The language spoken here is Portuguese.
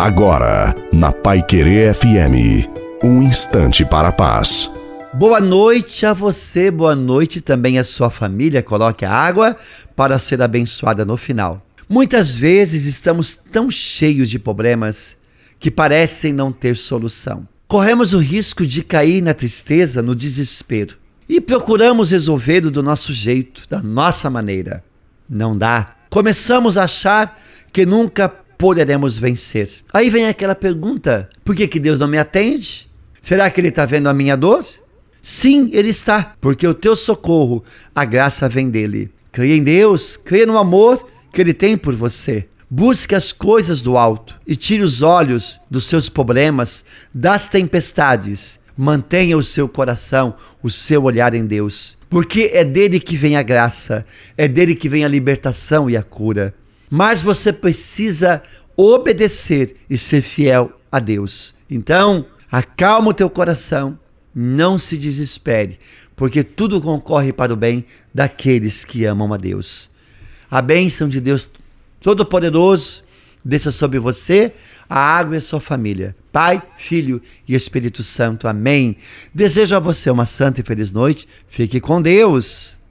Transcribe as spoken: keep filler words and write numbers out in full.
Agora, na Paiquerê F M, um instante para a paz. Boa noite a você, boa noite também à sua família. Coloque a água para ser abençoada no final. Muitas vezes estamos tão cheios de problemas que parecem não ter solução. Corremos o risco de cair na tristeza, no desespero. E procuramos resolver do nosso jeito, da nossa maneira. Não dá. Começamos a achar que nunca poderemos vencer. Aí vem aquela pergunta: por que que Deus não me atende? Será que Ele está vendo a minha dor? Sim, Ele está, porque o teu socorro, a graça vem dEle. Creia em Deus, creia no amor que Ele tem por você. Busque as coisas do alto e tire os olhos dos seus problemas, das tempestades. Mantenha o seu coração, o seu olhar em Deus, porque é dele que vem a graça, é dele que vem a libertação e a cura. Mas você precisa obedecer e ser fiel a Deus. Então, acalma o teu coração, não se desespere, porque tudo concorre para o bem daqueles que amam a Deus. A bênção de Deus Todo-Poderoso desça sobre você, a água e a sua família. Pai, Filho e Espírito Santo. Amém. Desejo a você uma santa e feliz noite. Fique com Deus.